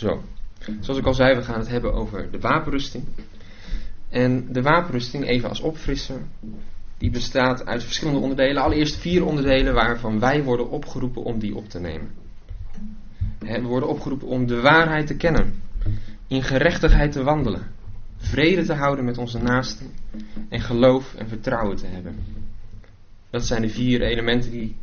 Zo, zoals ik al zei, we gaan het hebben over de wapenrusting. En de wapenrusting, even als opfrisser, die bestaat uit verschillende onderdelen. Allereerst 4 onderdelen waarvan wij worden opgeroepen om die op te nemen. We worden opgeroepen om de waarheid te kennen, in gerechtigheid te wandelen, vrede te houden met onze naasten en geloof en vertrouwen te hebben. Dat zijn de 4 elementen die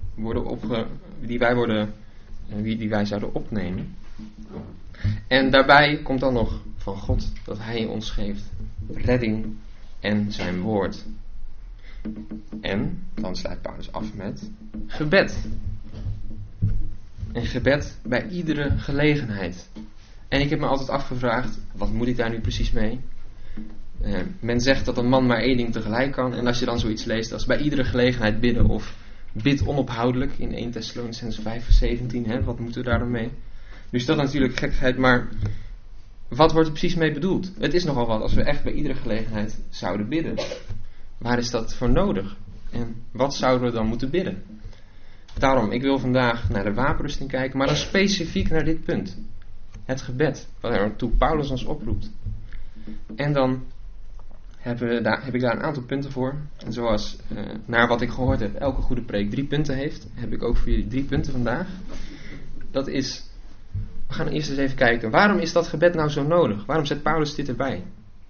wij zouden opnemen. En daarbij komt dan nog van God dat Hij ons geeft redding en zijn woord. En dan sluit Paulus af met gebed. En gebed bij iedere gelegenheid. En ik heb me altijd afgevraagd, wat moet ik daar nu precies mee? Men zegt dat een man maar 1 ding tegelijk kan. En als je dan zoiets leest als bij iedere gelegenheid bidden of bid onophoudelijk in 1 Thessalonicenzen 5 vers 17. Wat moeten we daar dan mee? Nu is dat natuurlijk gekkigheid, maar wat wordt er precies mee bedoeld? Het is nogal wat als we echt bij iedere gelegenheid zouden bidden. Waar is dat voor nodig? En wat zouden we dan moeten bidden? Daarom, ik wil vandaag naar de wapenrusting kijken, maar dan specifiek naar dit punt. Het gebed, waartoe Paulus ons oproept. En dan heb ik daar een aantal punten voor. En zoals, naar wat ik gehoord heb, elke goede preek 3 punten heeft, heb ik ook voor jullie 3 punten vandaag. Dat is, we gaan eerst eens even kijken, waarom is dat gebed nou zo nodig? Waarom zet Paulus dit erbij?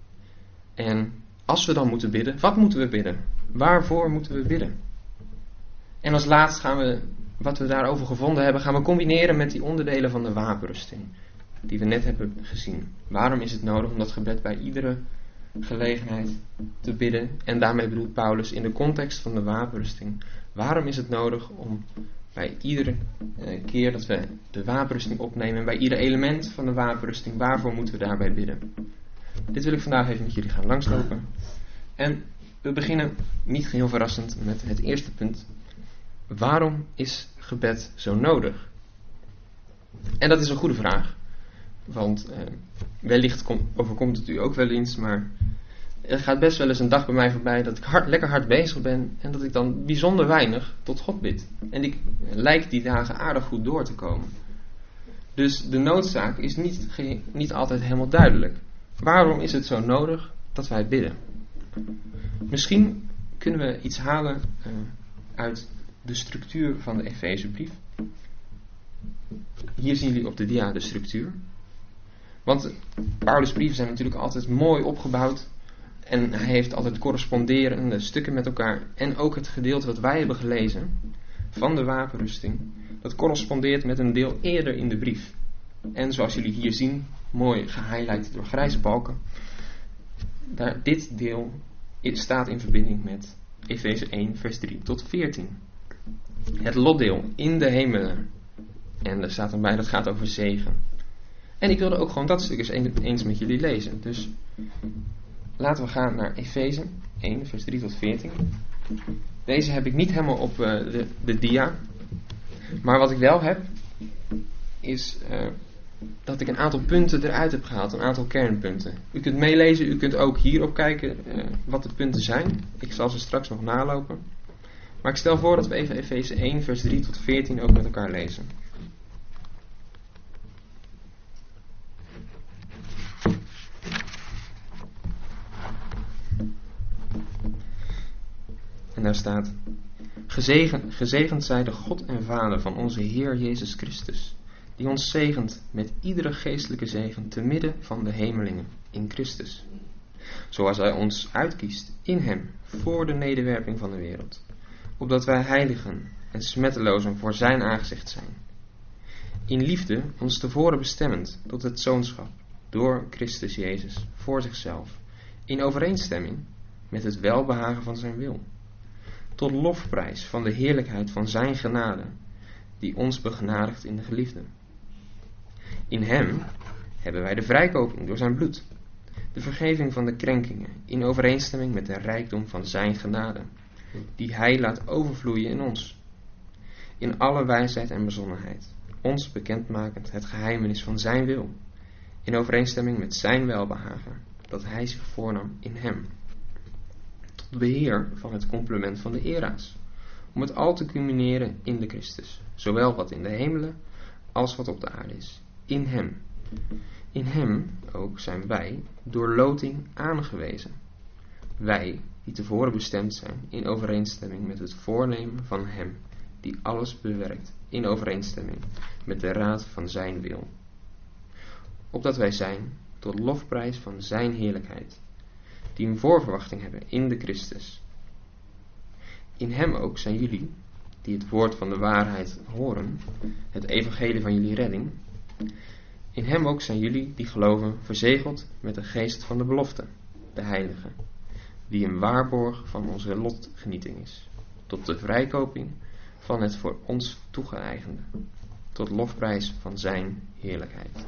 En als we dan moeten bidden, wat moeten we bidden? Waarvoor moeten we bidden? En als laatst gaan we, wat we daarover gevonden hebben, gaan we combineren met die onderdelen van de wapenrusting. Die we net hebben gezien. Waarom is het nodig om dat gebed bij iedere gelegenheid te bidden? En daarmee bedoelt Paulus in de context van de wapenrusting. Waarom is het nodig om bij iedere keer dat we de wapenrusting opnemen, en bij ieder element van de wapenrusting, waarvoor moeten we daarbij bidden? Dit wil ik vandaag even met jullie gaan langslopen. En we beginnen, niet geheel verrassend, met het eerste punt. Waarom is gebed zo nodig? En dat is een goede vraag. Want wellicht overkomt het u ook wel eens, maar er gaat best wel eens een dag bij mij voorbij dat ik lekker hard bezig ben en dat ik dan bijzonder weinig tot God bid. En ik lijk die dagen aardig goed door te komen. Dus de noodzaak is niet altijd helemaal duidelijk. Waarom is het zo nodig dat wij bidden? Misschien kunnen we iets halen uit de structuur van de Efezebrief. Hier zien jullie op de dia de structuur. Want Paulus' brieven zijn natuurlijk altijd mooi opgebouwd. En hij heeft altijd corresponderende stukken met elkaar. En ook het gedeelte wat wij hebben gelezen van de wapenrusting, dat correspondeert met een deel eerder in de brief. En zoals jullie hier zien, mooi gehighlight door grijze balken. Dit deel staat in verbinding met Efeze 1 vers 3 tot 14. Het lotdeel in de hemelen. En er staat erbij, dat gaat over zegen. En ik wilde ook gewoon dat stuk eens met jullie lezen. Dus laten we gaan naar Efeze 1 vers 3 tot 14. Deze heb ik niet helemaal op de dia. Maar wat ik wel heb, is dat ik een aantal punten eruit heb gehaald. Een aantal kernpunten. U kunt meelezen, u kunt ook hierop kijken wat de punten zijn. Ik zal ze straks nog nalopen. Maar ik stel voor dat we even Efeze 1 vers 3 tot 14 ook met elkaar lezen. En daar staat: Gezegend zij de God en Vader van onze Heer Jezus Christus, die ons zegent met iedere geestelijke zegen te midden van de hemelingen in Christus. Zoals Hij ons uitkiest in Hem voor de nederwerping van de wereld, opdat wij heiligen en smettelozen voor Zijn aangezicht zijn. In liefde ons tevoren bestemmend tot het zoonschap door Christus Jezus voor zichzelf, in overeenstemming met het welbehagen van Zijn wil. Tot lofprijs van de heerlijkheid van Zijn genade, die ons begenadigt in de geliefde. In Hem hebben wij de vrijkoping door Zijn bloed, de vergeving van de krenkingen, in overeenstemming met de rijkdom van Zijn genade, die Hij laat overvloeien in ons. In alle wijsheid en bezonnenheid, ons bekendmakend het geheimenis van Zijn wil, in overeenstemming met Zijn welbehagen, dat Hij zich voornam in Hem. Tot beheer van het complement van de era's, om het al te culmineren in de Christus, zowel wat in de hemelen als wat op de aarde is, in Hem, In hem ook zijn wij door loting aangewezen. Wij die tevoren bestemd zijn in overeenstemming met het voornemen van hem die alles bewerkt in overeenstemming met de raad van zijn wil. Opdat wij zijn tot lofprijs van zijn heerlijkheid, die een voorverwachting hebben in de Christus. In hem ook zijn jullie, die het woord van de waarheid horen, het evangelie van jullie redding. In hem ook zijn jullie, die geloven, verzegeld met de geest van de belofte, de heilige, die een waarborg van onze lotgenieting is, tot de vrijkoping van het voor ons toegeëigende, tot lofprijs van zijn heerlijkheid.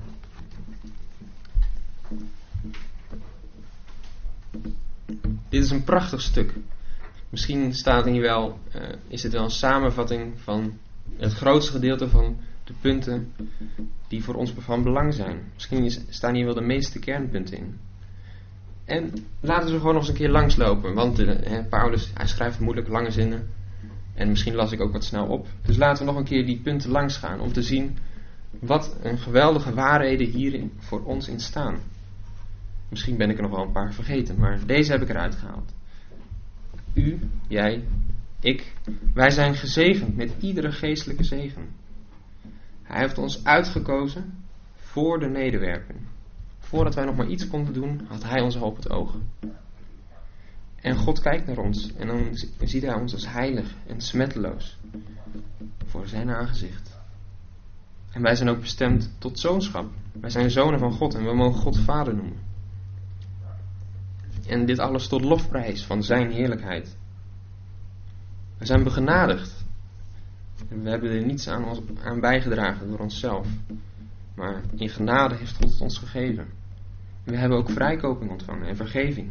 Dit is een prachtig stuk. Misschien staat hier wel, is het wel een samenvatting van het grootste gedeelte van de punten die voor ons van belang zijn. Misschien staan hier wel de meeste kernpunten in. En laten we gewoon nog eens een keer langslopen, want Paulus, hij schrijft moeilijk lange zinnen. En misschien las ik ook wat snel op. Dus laten we nog een keer die punten langs gaan om te zien wat een geweldige waarheden hierin voor ons in staan. Misschien ben ik er nog wel een paar vergeten, maar deze heb ik eruit gehaald. U, jij, ik, wij zijn gezegend met iedere geestelijke zegen. Hij heeft ons uitgekozen voor de nederwerping. Voordat wij nog maar iets konden doen, had hij ons al op het oog. En God kijkt naar ons en dan ziet hij ons als heilig en smetteloos voor zijn aangezicht. En wij zijn ook bestemd tot zoonschap. Wij zijn zonen van God en we mogen God Vader noemen. En dit alles tot lofprijs van zijn heerlijkheid. We zijn begenadigd. En we hebben er niets aan bijgedragen door onszelf. Maar in genade heeft God het ons gegeven. We hebben ook vrijkoping ontvangen en vergeving.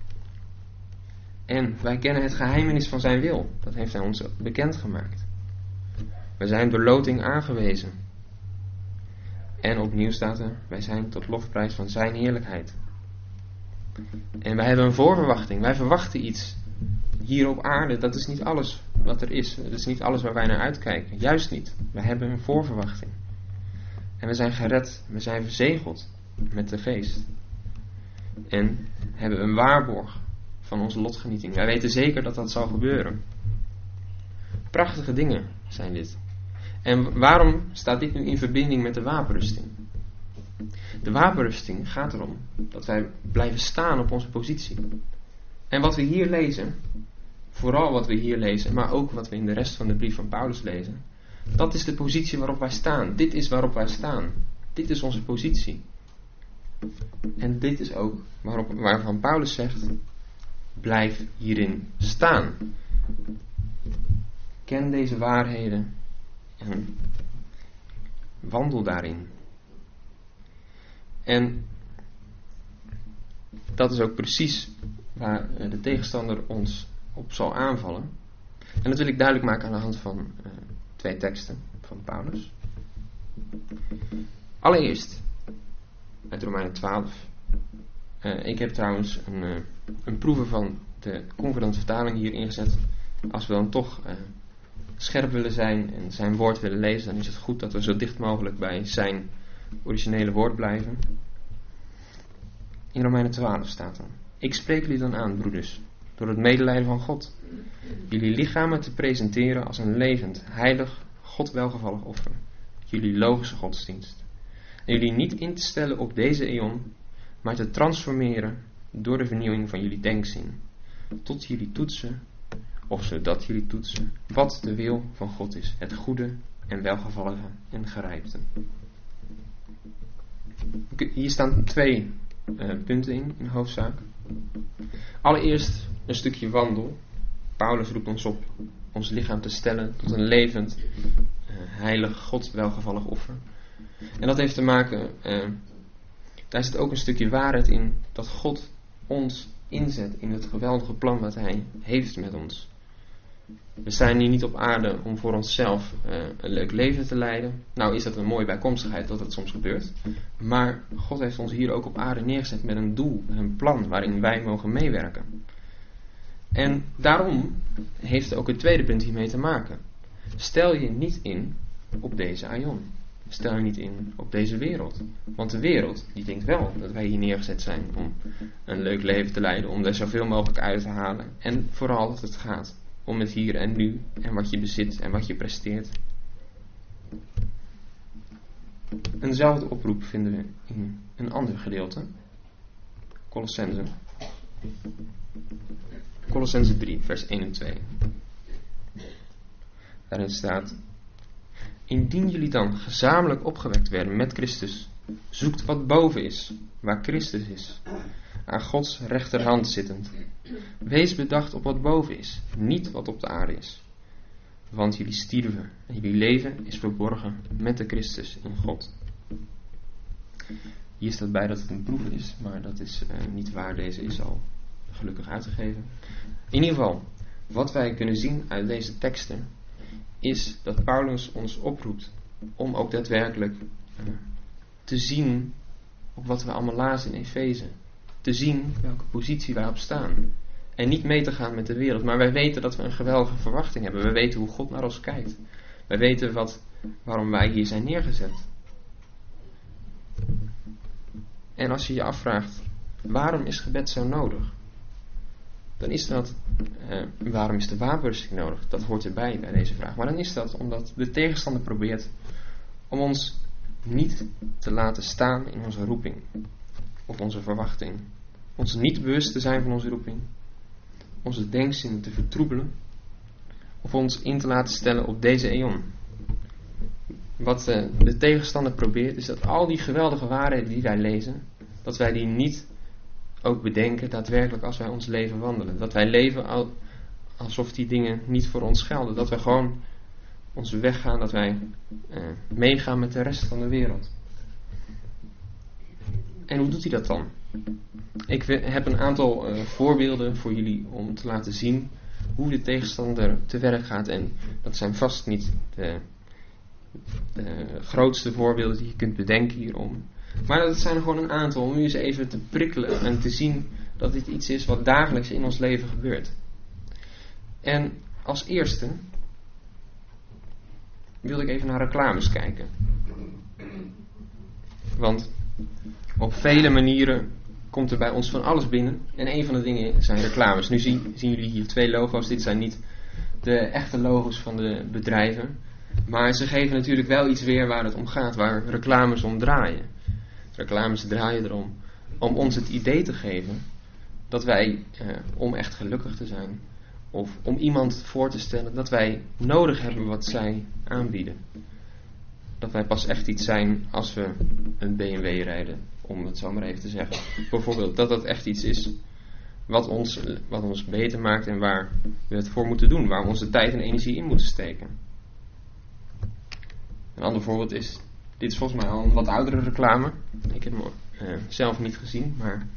En wij kennen het geheimenis van zijn wil. Dat heeft hij ons bekendgemaakt. We zijn door loting aangewezen. En opnieuw staat er, wij zijn tot lofprijs van zijn heerlijkheid. En wij hebben een voorverwachting. Wij verwachten iets. Hier op aarde, dat is niet alles wat er is. Dat is niet alles waar wij naar uitkijken. Juist niet. Wij hebben een voorverwachting. En we zijn gered. We zijn verzegeld met de geest. En hebben een waarborg van onze lotgenieting. Wij weten zeker dat dat zal gebeuren. Prachtige dingen zijn dit. En waarom staat dit nu in verbinding met de wapenrusting? De wapenrusting gaat erom dat wij blijven staan op onze positie. En wat we hier lezen, vooral wat we hier lezen, maar ook wat we in de rest van de brief van Paulus lezen, dat is de positie waarop wij staan. Dit is waarop wij staan. Dit is onze positie. En dit is ook waarvan Paulus zegt, blijf hierin staan. Ken deze waarheden en wandel daarin. En dat is ook precies waar de tegenstander ons op zal aanvallen. En dat wil ik duidelijk maken aan de hand van 2 teksten van Paulus. Allereerst uit Romeinen 12. Ik heb trouwens een proeven van de concordante vertaling hier ingezet. Als we dan toch scherp willen zijn en zijn woord willen lezen, dan is het goed dat we zo dicht mogelijk bij zijn originele woord blijven. In Romeinen 12 staat dan: Ik spreek jullie dan aan, broeders, door het medelijden van God, jullie lichamen te presenteren als een levend, heilig, God welgevallig offer, jullie logische godsdienst. En jullie niet in te stellen op deze eon, maar te transformeren door de vernieuwing van jullie denkzin, tot jullie toetsen, of zodat jullie toetsen, wat de wil van God is, het goede en welgevallige en gerijpte. Hier staan 2 punten in hoofdzaak. Allereerst een stukje wandel. Paulus roept ons op ons lichaam te stellen tot een levend, heilig, God welgevallig offer. En dat heeft te maken, daar zit ook een stukje waarheid in, dat God ons inzet in het geweldige plan wat hij heeft met ons. We zijn hier niet op aarde om voor onszelf een leuk leven te leiden. Nou is dat een mooie bijkomstigheid dat het soms gebeurt. Maar God heeft ons hier ook op aarde neergezet met een doel, een plan waarin wij mogen meewerken. En daarom heeft ook het tweede punt hiermee te maken. Stel je niet in op deze aion. stel je niet in op deze wereld. Want de wereld, die denkt wel dat wij hier neergezet zijn om een leuk leven te leiden, om er zoveel mogelijk uit te halen. En vooral dat het gaat om het hier en nu en wat je bezit en wat je presteert. Eenzelfde oproep vinden we in een ander gedeelte. Colossenzen 3, vers 1 en 2. Daarin staat: indien jullie dan gezamenlijk opgewekt werden met Christus, zoekt wat boven is, waar Christus is, aan Gods rechterhand zittend. Wees bedacht op wat boven is, niet wat op de aarde is. Want jullie stierven en jullie leven is verborgen met de Christus in God. Hier staat bij dat het een proef is, maar dat is niet waar. Deze is al gelukkig uitgegeven. In ieder geval, wat wij kunnen zien uit deze teksten is dat Paulus ons oproept om ook daadwerkelijk te zien op wat we allemaal lazen in Efeze. Te zien welke positie wij op staan. En niet mee te gaan met de wereld, maar wij weten dat we een geweldige verwachting hebben. We weten hoe God naar ons kijkt. Wij weten waarom wij hier zijn neergezet. En als je je afvraagt, waarom is gebed zo nodig? Dan is dat, waarom is de wapenrusting nodig? Dat hoort erbij bij deze vraag. Maar dan is dat omdat de tegenstander probeert om ons niet te laten staan in onze roeping. Of onze verwachting. Ons niet bewust te zijn van onze roeping. Onze denkzinnen te vertroebelen. Of ons in te laten stellen op deze eon. Wat de tegenstander probeert is dat al die geweldige waarheden die wij lezen, dat wij die niet ook bedenken daadwerkelijk als wij ons leven wandelen. Dat wij leven alsof die dingen niet voor ons gelden. Dat wij gewoon onze weg gaan, dat wij meegaan met de rest van de wereld. En hoe doet hij dat dan? Ik heb een aantal voorbeelden voor jullie om te laten zien hoe de tegenstander te werk gaat. En dat zijn vast niet de grootste voorbeelden die je kunt bedenken hierom. Maar dat zijn er gewoon een aantal om u eens even te prikkelen en te zien dat dit iets is wat dagelijks in ons leven gebeurt. En als eerste wil ik even naar reclames kijken. Want op vele manieren komt er bij ons van alles binnen. En een van de dingen zijn reclames. Nu zien jullie hier 2 logo's. Dit zijn niet de echte logo's van de bedrijven. Maar ze geven natuurlijk wel iets weer waar het om gaat. Waar reclames om draaien. Reclames draaien erom om ons het idee te geven dat wij, om echt gelukkig te zijn, of om iemand voor te stellen, dat wij nodig hebben wat zij aanbieden. Dat wij pas echt iets zijn als we een BMW rijden, om het zo maar even te zeggen. Bijvoorbeeld dat dat echt iets is wat ons beter maakt en waar we het voor moeten doen, waar we onze tijd en energie in moeten steken. Een ander voorbeeld is, dit is volgens mij al een wat oudere reclame. Ik heb hem zelf niet gezien, maar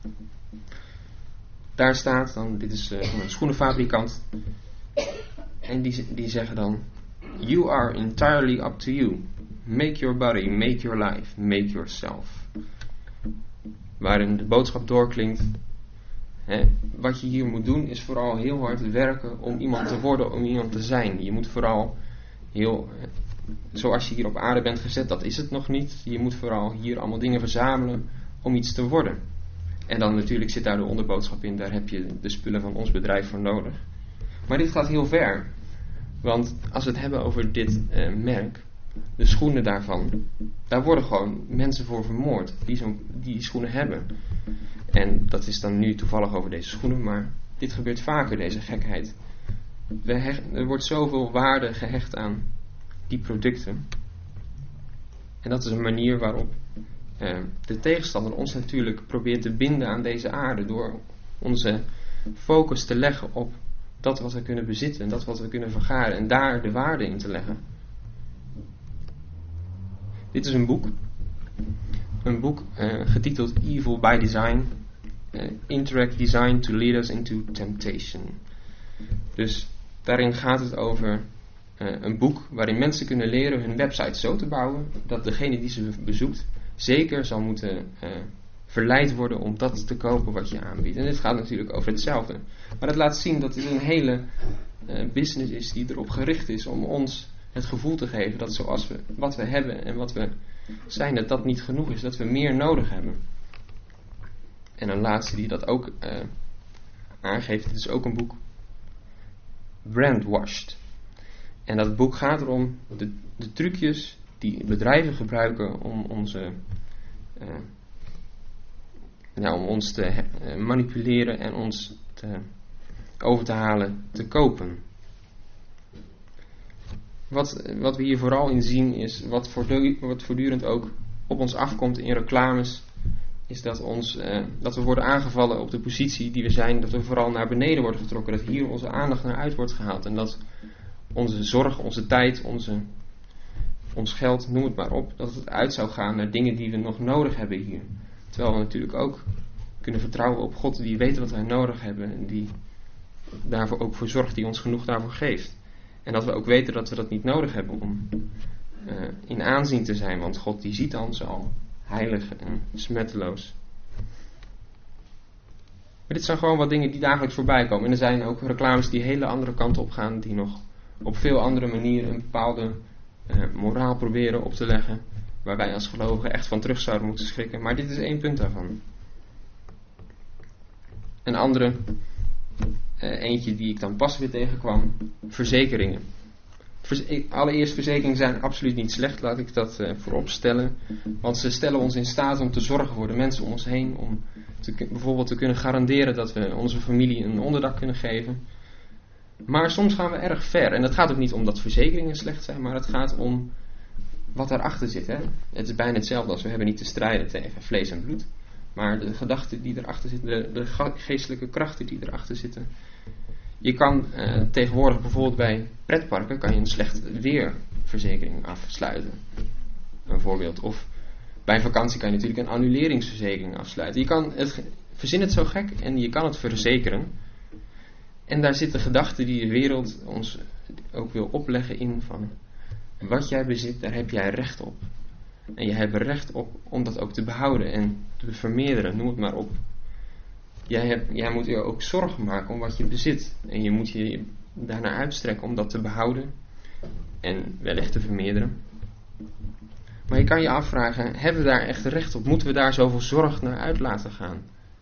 daar staat dan, dit is van een schoenenfabrikant. En die zeggen dan: You are entirely up to you. Make your body, make your life, make yourself. Waarin de boodschap doorklinkt: wat je hier moet doen is vooral heel hard werken om iemand te worden, om iemand te zijn. Je moet vooral zoals je hier op aarde bent gezet, dat is het nog niet. Je moet vooral hier allemaal dingen verzamelen om iets te worden. En dan natuurlijk zit daar de onderboodschap in, daar heb je de spullen van ons bedrijf voor nodig. Maar dit gaat heel ver. Want als we het hebben over dit merk, de schoenen daarvan, daar worden gewoon mensen voor vermoord die schoenen hebben. En dat is dan nu toevallig over deze schoenen, maar dit gebeurt vaker, deze gekheid. Er wordt zoveel waarde gehecht aan die producten. En dat is een manier waarop de tegenstander ons natuurlijk probeert te binden aan deze aarde, door onze focus te leggen op dat wat we kunnen bezitten en dat wat we kunnen vergaren en daar de waarde in te leggen. Dit is een boek getiteld Evil by Design, Interact Design to Lead Us into Temptation. Dus daarin gaat het over een boek waarin mensen kunnen leren hun website zo te bouwen dat degene die ze bezoekt zeker zal moeten verleid worden om dat te kopen wat je aanbiedt. En dit gaat natuurlijk over hetzelfde. Maar dat laat zien dat dit een hele business is die erop gericht is om ons het gevoel te geven dat wat we hebben en wat we zijn, dat niet genoeg is, dat we meer nodig hebben. En een laatste die dat ook aangeeft, het is ook een boek, Brandwashed. En dat boek gaat erom de trucjes die bedrijven gebruiken om ons te manipuleren en ons over te halen te kopen. Wat we hier vooral in zien is, wat voortdurend ook op ons afkomt in reclames, is dat we worden aangevallen op de positie die we zijn, dat we vooral naar beneden worden getrokken, dat hier onze aandacht naar uit wordt gehaald en dat onze zorg, onze tijd, ons geld, noem het maar op, dat het uit zou gaan naar dingen die we nog nodig hebben hier. Terwijl we natuurlijk ook kunnen vertrouwen op God, die weet wat wij nodig hebben en die daarvoor ook voor zorgt, die ons genoeg daarvoor geeft. En dat we ook weten dat we dat niet nodig hebben om in aanzien te zijn, want God die ziet ons al heilig en smetteloos. Maar dit zijn gewoon wat dingen die dagelijks voorbij komen. En er zijn ook reclames die hele andere kanten op gaan, die nog op veel andere manieren een bepaalde moraal proberen op te leggen, waar wij als gelovigen echt van terug zouden moeten schrikken. Maar dit is één punt daarvan. Een andere, eentje die ik dan pas weer tegenkwam, verzekeringen. Allereerst, verzekeringen zijn absoluut niet slecht, laat ik dat voorop stellen. Want ze stellen ons in staat om te zorgen voor de mensen om ons heen, om bijvoorbeeld te kunnen garanderen dat we onze familie een onderdak kunnen geven. Maar soms gaan we erg ver. En het gaat ook niet om dat verzekeringen slecht zijn, maar het gaat om wat daarachter zit. Hè? Het is bijna hetzelfde als we hebben niet te strijden tegen vlees en bloed. Maar de gedachten die erachter zitten, de geestelijke krachten die erachter zitten. Je kan tegenwoordig bijvoorbeeld bij pretparken kan je een slecht weerverzekering afsluiten. Een voorbeeld. Of bij vakantie kan je natuurlijk een annuleringsverzekering afsluiten. Je kan verzin het zo gek en je kan het verzekeren. En daar zit de gedachte die de wereld ons ook wil opleggen in van wat jij bezit, daar heb jij recht op. En je hebt er recht op om dat ook te behouden en te vermeerderen, noem het maar op. Jij moet je ook zorgen maken om wat je bezit. En je moet je daarnaar uitstrekken om dat te behouden en wellicht te vermeerderen. Maar je kan je afvragen, hebben we daar echt recht op? Moeten we daar zoveel zorg naar uit laten gaan?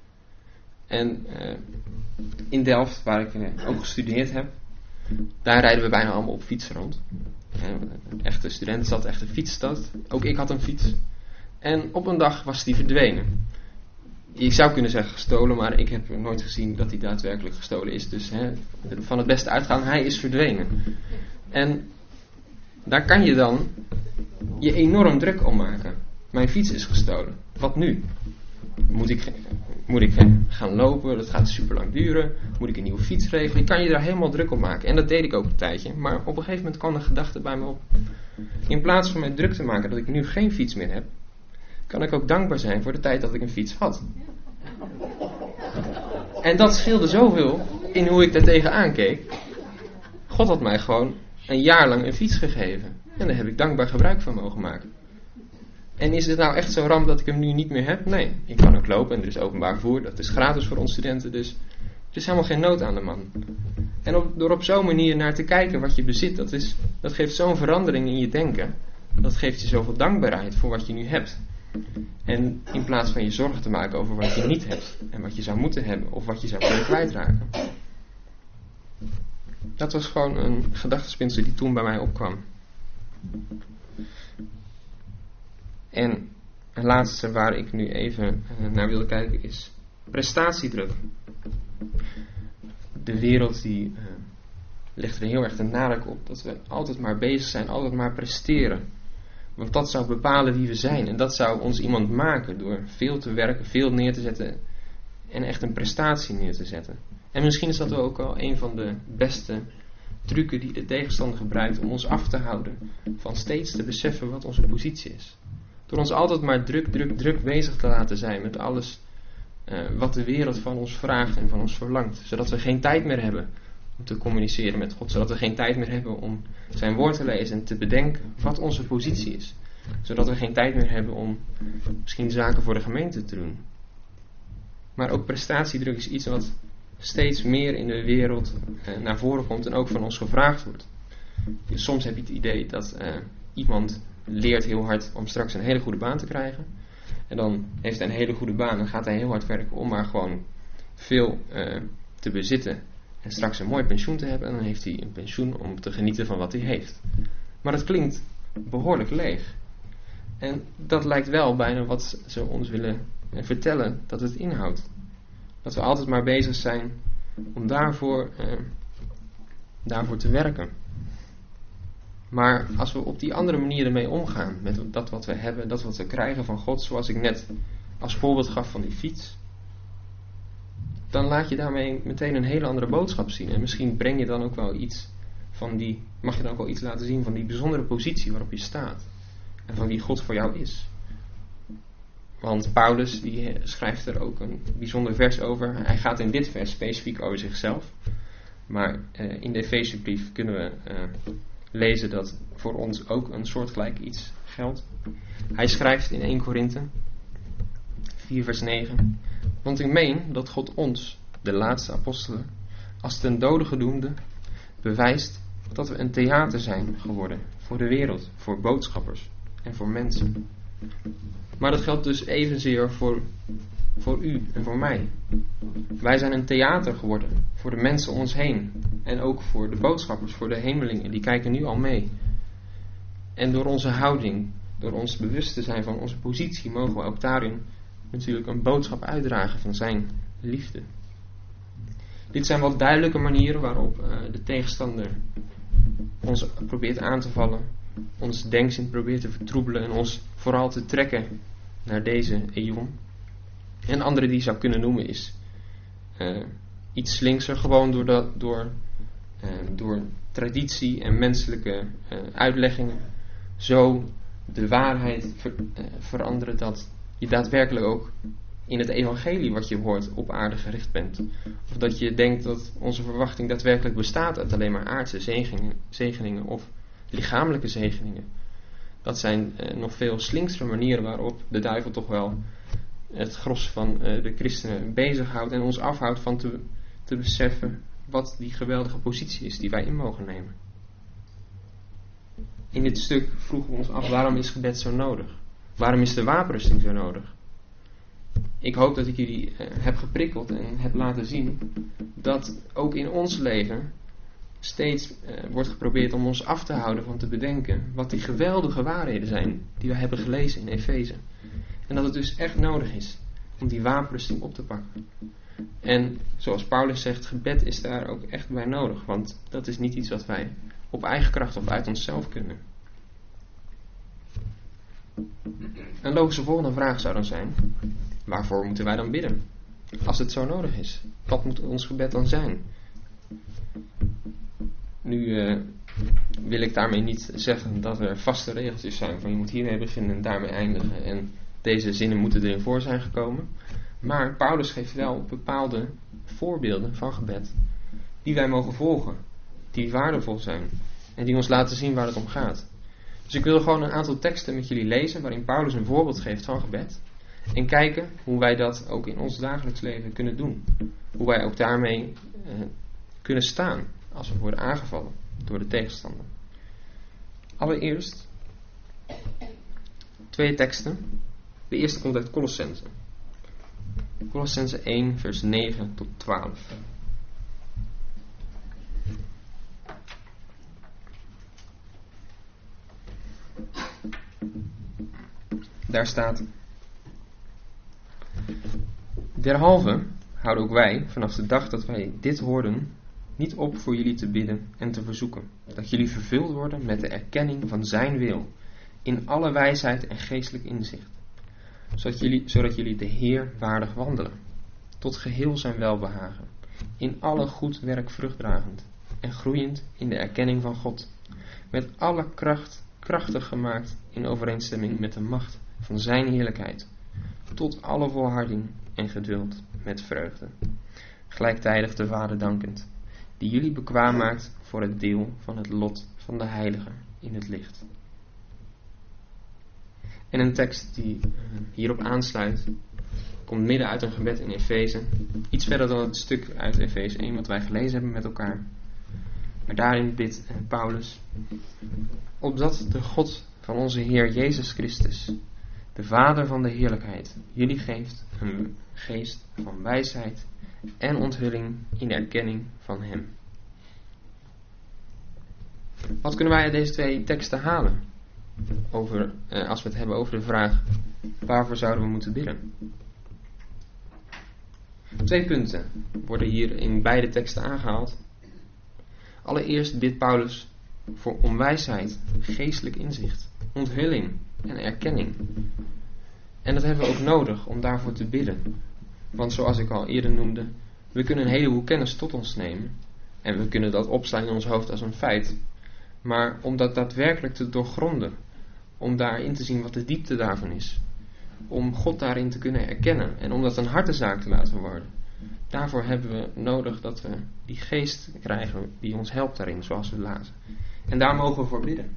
En in Delft, waar ik ook gestudeerd heb, daar rijden we bijna allemaal op fietsen rond. Een echte studentenstad, echte fietsstad. Ook ik had een fiets. En op een dag was die verdwenen. Ik zou kunnen zeggen gestolen, maar ik heb nooit gezien dat hij daadwerkelijk gestolen is. Dus van het beste uitgaan, hij is verdwenen. En daar kan je dan je enorm druk om maken. Mijn fiets is gestolen. Wat nu? Moet ik gaan lopen? Dat gaat super lang duren. Moet ik een nieuwe fiets regelen? Je kan je daar helemaal druk om maken. En dat deed ik ook een tijdje. Maar op een gegeven moment kwam een gedachte bij me op. In plaats van mij druk te maken dat ik nu geen fiets meer heb, kan ik ook dankbaar zijn voor de tijd dat ik een fiets had. En dat scheelde zoveel in hoe ik daar tegenaan keek. God had mij gewoon een jaar lang een fiets gegeven. En daar heb ik dankbaar gebruik van mogen maken. En is het nou echt zo'n ramp dat ik hem nu niet meer heb? Nee, ik kan ook lopen en er is openbaar vervoer. Dat is gratis voor ons studenten, dus er is helemaal geen nood aan de man. En door op zo'n manier naar te kijken wat je bezit, dat geeft zo'n verandering in je denken. Dat geeft je zoveel dankbaarheid voor wat je nu hebt. En in plaats van je zorgen te maken over wat je niet hebt en wat je zou moeten hebben of wat je zou kunnen kwijtraken. Dat was gewoon een gedachtespinsel die toen bij mij opkwam. En het laatste waar ik nu even naar wilde kijken is prestatiedruk. De wereld die legt er heel erg de nadruk op dat we altijd maar bezig zijn, altijd maar presteren. Want dat zou bepalen wie we zijn. En dat zou ons iemand maken door veel te werken, veel neer te zetten en echt een prestatie neer te zetten. En misschien is dat ook wel een van de beste trucken die de tegenstander gebruikt om ons af te houden van steeds te beseffen wat onze positie is. Door ons altijd maar druk bezig te laten zijn met alles wat de wereld van ons vraagt en van ons verlangt. Zodat we geen tijd meer hebben om te communiceren met God. Zodat we geen tijd meer hebben om zijn woord te lezen en te bedenken wat onze positie is. Zodat we geen tijd meer hebben om misschien zaken voor de gemeente te doen. Maar ook prestatiedruk is iets wat steeds meer in de wereld naar voren komt en ook van ons gevraagd wordt. Soms heb je het idee dat iemand leert heel hard om straks een hele goede baan te krijgen. En dan heeft hij een hele goede baan en gaat hij heel hard werken om maar gewoon veel te bezitten. En straks een mooi pensioen te hebben. En dan heeft hij een pensioen om te genieten van wat hij heeft. Maar dat klinkt behoorlijk leeg. En dat lijkt wel bijna wat ze ons willen vertellen dat het inhoudt. Dat we altijd maar bezig zijn om daarvoor te werken. Maar als we op die andere manieren mee omgaan, met dat wat we hebben, dat wat we krijgen van God, zoals ik net als voorbeeld gaf van die fiets, dan laat je daarmee meteen een hele andere boodschap zien. En misschien breng je dan ook wel iets mag je dan ook wel iets laten zien van die bijzondere positie waarop je staat. En van wie God voor jou is. Want Paulus die schrijft er ook een bijzonder vers over. Hij gaat in dit vers specifiek over zichzelf. Maar in de Efezebrief kunnen we lezen dat voor ons ook een soortgelijk iets geldt. Hij schrijft in 1 Korinthe 4 vers 9. Want ik meen dat God ons, de laatste apostelen, als ten dode gedoemden, bewijst dat we een theater zijn geworden voor de wereld, voor boodschappers en voor mensen. Maar dat geldt dus evenzeer voor u en voor mij. Wij zijn een theater geworden voor de mensen om ons heen. En ook voor de boodschappers, voor de hemelingen. Die kijken nu al mee. En door onze houding, door ons bewust te zijn van onze positie, mogen we ook daarin natuurlijk een boodschap uitdragen van zijn liefde. Dit zijn wat duidelijke manieren waarop de tegenstander ons probeert aan te vallen, ons denkzin probeert te vertroebelen en ons vooral te trekken naar deze eon. En andere die je zou kunnen noemen is iets slinkser, gewoon door traditie en menselijke uitleggingen zo de waarheid veranderen dat je daadwerkelijk ook in het evangelie wat je hoort op aarde gericht bent. Of dat je denkt dat onze verwachting daadwerkelijk bestaat uit alleen maar aardse zegeningen of lichamelijke zegeningen. Dat zijn nog veel slinksere manieren waarop de duivel toch wel het gros van de christenen bezighoudt en ons afhoudt van te beseffen wat die geweldige positie is die wij in mogen nemen. In dit stuk vroegen we ons af, waarom is gebed zo nodig? Waarom is de wapenrusting zo nodig? Ik hoop dat ik jullie heb geprikkeld en heb laten zien dat ook in ons leven steeds wordt geprobeerd om ons af te houden van te bedenken wat die geweldige waarheden zijn die we hebben gelezen in Efeze. En dat het dus echt nodig is om die wapenrusting op te pakken. En zoals Paulus zegt, gebed is daar ook echt bij nodig, want dat is niet iets wat wij op eigen kracht of uit onszelf kunnen. Een logische volgende vraag zou dan zijn, waarvoor moeten wij dan bidden? Als het zo nodig is. Wat moet ons gebed dan zijn? Nu wil ik daarmee niet zeggen dat er vaste regeltjes zijn van je moet hiermee beginnen en daarmee eindigen en deze zinnen moeten erin voor zijn gekomen. Maar Paulus geeft wel bepaalde voorbeelden van gebed die wij mogen volgen, die waardevol zijn en die ons laten zien waar het om gaat. Dus ik wil gewoon een aantal teksten met jullie lezen waarin Paulus een voorbeeld geeft van gebed. En kijken hoe wij dat ook in ons dagelijks leven kunnen doen. Hoe wij ook daarmee kunnen staan als we worden aangevallen door de tegenstander. Allereerst 2 teksten. De eerste komt uit Colossense. Colossense 1 vers 9 tot 12. Daar staat: derhalve houden ook wij vanaf de dag dat wij dit hoorden niet op voor jullie te bidden en te verzoeken, dat jullie vervuld worden met de erkenning van zijn wil, in alle wijsheid en geestelijk inzicht, zodat jullie de Heer waardig wandelen, tot geheel zijn welbehagen, in alle goed werk vruchtdragend en groeiend in de erkenning van God, met alle kracht krachtig gemaakt in overeenstemming met de macht van zijn heerlijkheid, tot alle volharding en geduld met vreugde, gelijktijdig de Vader dankend, die jullie bekwaam maakt voor het deel van het lot van de heiligen in het licht. En een tekst die hierop aansluit, komt midden uit een gebed in Efeze, iets verder dan het stuk uit Efeze 1 wat wij gelezen hebben met elkaar. Maar daarin bidt Paulus, opdat de God van onze Heer Jezus Christus, de Vader van de heerlijkheid, jullie geeft een geest van wijsheid en onthulling in erkenning van Hem. Wat kunnen wij uit deze twee teksten halen? Als we het hebben over de vraag, waarvoor zouden we moeten bidden? 2 punten worden hier in beide teksten aangehaald. Allereerst bidt Paulus om wijsheid, geestelijk inzicht, onthulling en erkenning. En dat hebben we ook nodig om daarvoor te bidden. Want zoals ik al eerder noemde, we kunnen een heleboel kennis tot ons nemen. En we kunnen dat opslaan in ons hoofd als een feit. Maar om dat daadwerkelijk te doorgronden, om daarin te zien wat de diepte daarvan is, om God daarin te kunnen erkennen en om dat een hartenzaak te laten worden, daarvoor hebben we nodig dat we die geest krijgen die ons helpt daarin, zoals we lazen. En daar mogen we voor bidden.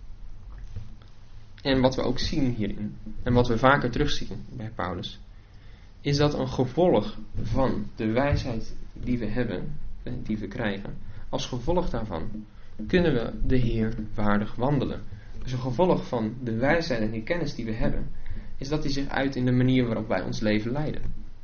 En wat we ook zien hierin, en wat we vaker terugzien bij Paulus, is dat een gevolg van de wijsheid die we hebben, die we krijgen, als gevolg daarvan kunnen we de Heer waardig wandelen. Dus een gevolg van de wijsheid en die kennis die we hebben, is dat die zich uit in de manier waarop wij ons leven leiden.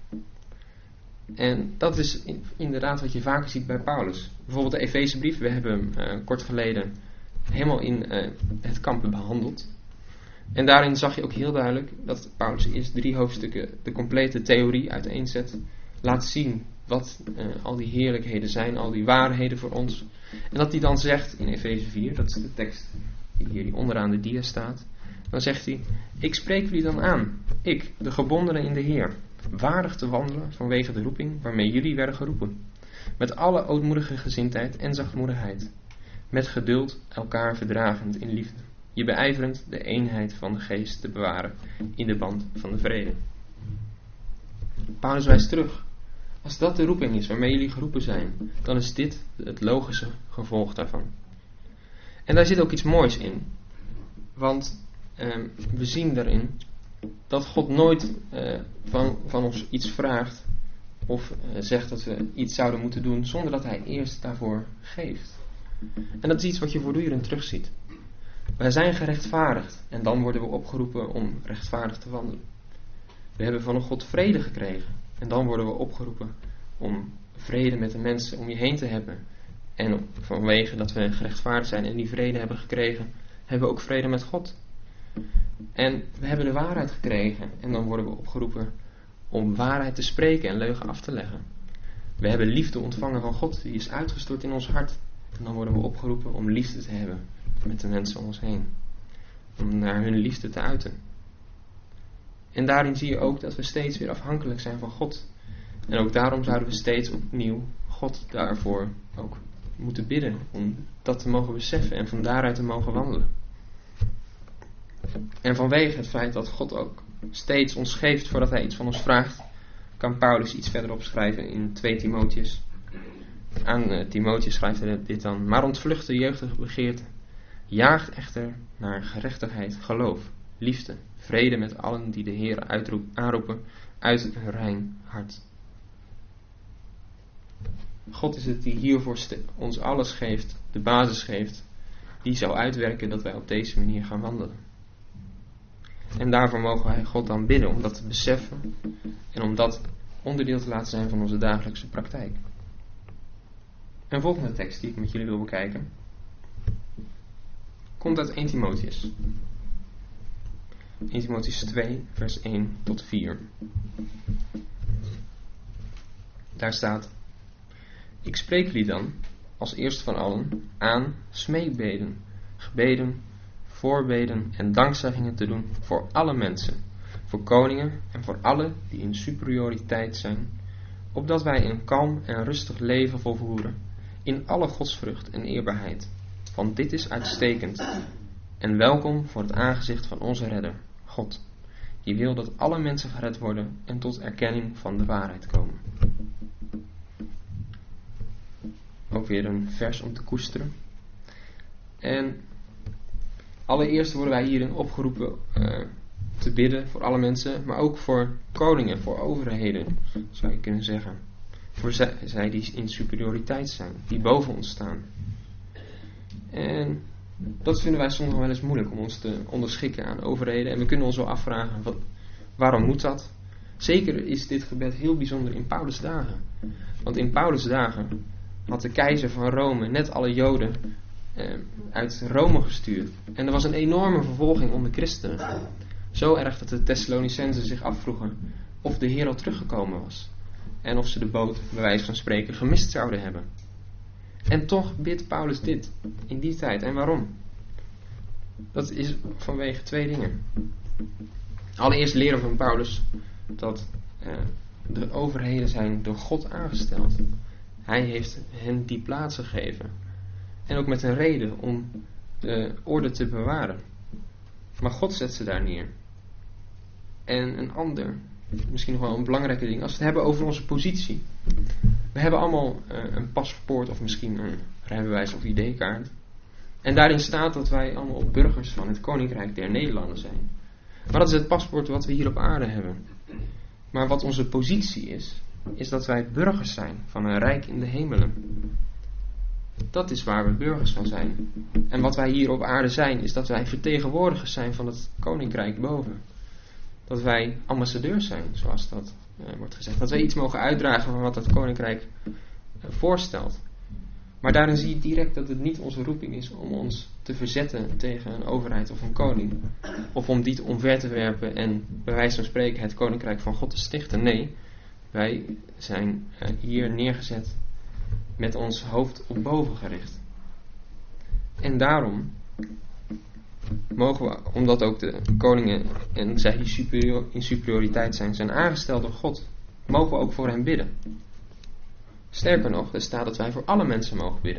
En dat is inderdaad wat je vaker ziet bij Paulus. Bijvoorbeeld de Efezebrief, we hebben hem kort geleden helemaal in het kamp behandeld. En daarin zag je ook heel duidelijk dat Paulus eerst 3 hoofdstukken de complete theorie uiteenzet. Laat zien wat al die heerlijkheden zijn, al die waarheden voor ons. En dat hij dan zegt in Efeze 4, dat is de tekst die hier onderaan de dia staat. Dan zegt hij, ik spreek jullie dan aan, ik, de gebondene in de Heer, waardig te wandelen vanwege de roeping waarmee jullie werden geroepen. Met alle ootmoedige gezindheid en zachtmoedigheid. Met geduld elkaar verdragend in liefde. Je beijverend de eenheid van de geest te bewaren in de band van de vrede. Paulus wijst terug. Als dat de roeping is waarmee jullie geroepen zijn, dan is dit het logische gevolg daarvan. En daar zit ook iets moois in. Want we zien daarin dat God nooit van ons iets vraagt of zegt dat we iets zouden moeten doen zonder dat Hij eerst daarvoor geeft. En dat is iets wat je voortdurend terugziet. Wij zijn gerechtvaardigd en dan worden we opgeroepen om rechtvaardig te wandelen. We hebben van God vrede gekregen en dan worden we opgeroepen om vrede met de mensen om je heen te hebben. En vanwege dat we gerechtvaardigd zijn en die vrede hebben gekregen, hebben we ook vrede met God. En we hebben de waarheid gekregen en dan worden we opgeroepen om waarheid te spreken en leugen af te leggen. We hebben liefde ontvangen van God, die is uitgestort in ons hart. En dan worden we opgeroepen om liefde te hebben met de mensen om ons heen. Om naar hun liefde te uiten. En daarin zie je ook dat we steeds weer afhankelijk zijn van God. En ook daarom zouden we steeds opnieuw God daarvoor ook moeten bidden. Om dat te mogen beseffen en van daaruit te mogen wandelen. En vanwege het feit dat God ook steeds ons geeft voordat Hij iets van ons vraagt, kan Paulus iets verder opschrijven in 2 Timotheus. Aan Timotheus schrijft hij dit dan. Maar ontvlucht de jeugdige begeerte. Jaagt echter naar gerechtigheid, geloof, liefde, vrede met allen die de Heer aanroepen uit een rein hart. God is het die hiervoor ons alles geeft, de basis geeft, die zal uitwerken dat wij op deze manier gaan wandelen. En daarvoor mogen wij God dan bidden om dat te beseffen en om dat onderdeel te laten zijn van onze dagelijkse praktijk. Een volgende tekst die ik met jullie wil bekijken komt uit 1 Timotheus. 1 Timotheus 2 vers 1 tot 4. Daar staat: Ik spreek jullie dan, als eerste van allen, aan smeekbeden, gebeden, voorbeden en dankzeggingen te doen voor alle mensen, voor koningen en voor allen die in superioriteit zijn, opdat wij een kalm en rustig leven volvoeren, in alle godsvrucht en eerbaarheid. Want dit is uitstekend en welkom voor het aangezicht van onze redder, God, die wil dat alle mensen gered worden en tot erkenning van de waarheid komen. Ook weer een vers om te koesteren. En allereerst worden wij hierin opgeroepen te bidden voor alle mensen, maar ook voor koningen, voor overheden, zou je kunnen zeggen. Voor zij die in superioriteit zijn, die boven ons staan. En dat vinden wij soms nog wel eens moeilijk om ons te onderschikken aan overheden. En we kunnen ons wel afvragen, waarom moet dat? Zeker is dit gebed heel bijzonder in Paulus' dagen. Want in Paulus' dagen had de keizer van Rome net alle Joden uit Rome gestuurd. En er was een enorme vervolging onder christenen. Zo erg dat de Thessalonicenzen zich afvroegen of de Heer al teruggekomen was. En of ze de boot, bij wijze van spreken, gemist zouden hebben. En toch bidt Paulus dit in die tijd. En waarom? Dat is vanwege twee dingen. Allereerst leren van Paulus dat de overheden zijn door God aangesteld. Hij heeft hen die plaats gegeven. En ook met een reden om de orde te bewaren. Maar God zet ze daar neer. En een ander, misschien nog wel een belangrijke ding, als we het hebben over onze positie. We hebben allemaal een paspoort of misschien een rijbewijs of ID-kaart. En daarin staat dat wij allemaal burgers van het Koninkrijk der Nederlanden zijn. Maar dat is het paspoort wat we hier op aarde hebben. Maar wat onze positie is dat wij burgers zijn van een rijk in de hemelen. Dat is waar we burgers van zijn. En wat wij hier op aarde zijn, is dat wij vertegenwoordigers zijn van het Koninkrijk boven. Dat wij ambassadeurs zijn, zoals dat wordt gezegd. Dat wij iets mogen uitdragen van wat het Koninkrijk voorstelt. Maar daarin zie je direct dat het niet onze roeping is om ons te verzetten tegen een overheid of een koning. Of om die te omver te werpen en bij wijze van spreken het Koninkrijk van God te stichten. Nee, wij zijn hier neergezet met ons hoofd op boven gericht. En daarom mogen we, omdat ook de koningen en zij die in superioriteit zijn aangesteld door God, mogen we ook voor hen bidden. Sterker nog, er staat dat wij voor alle mensen mogen bidden.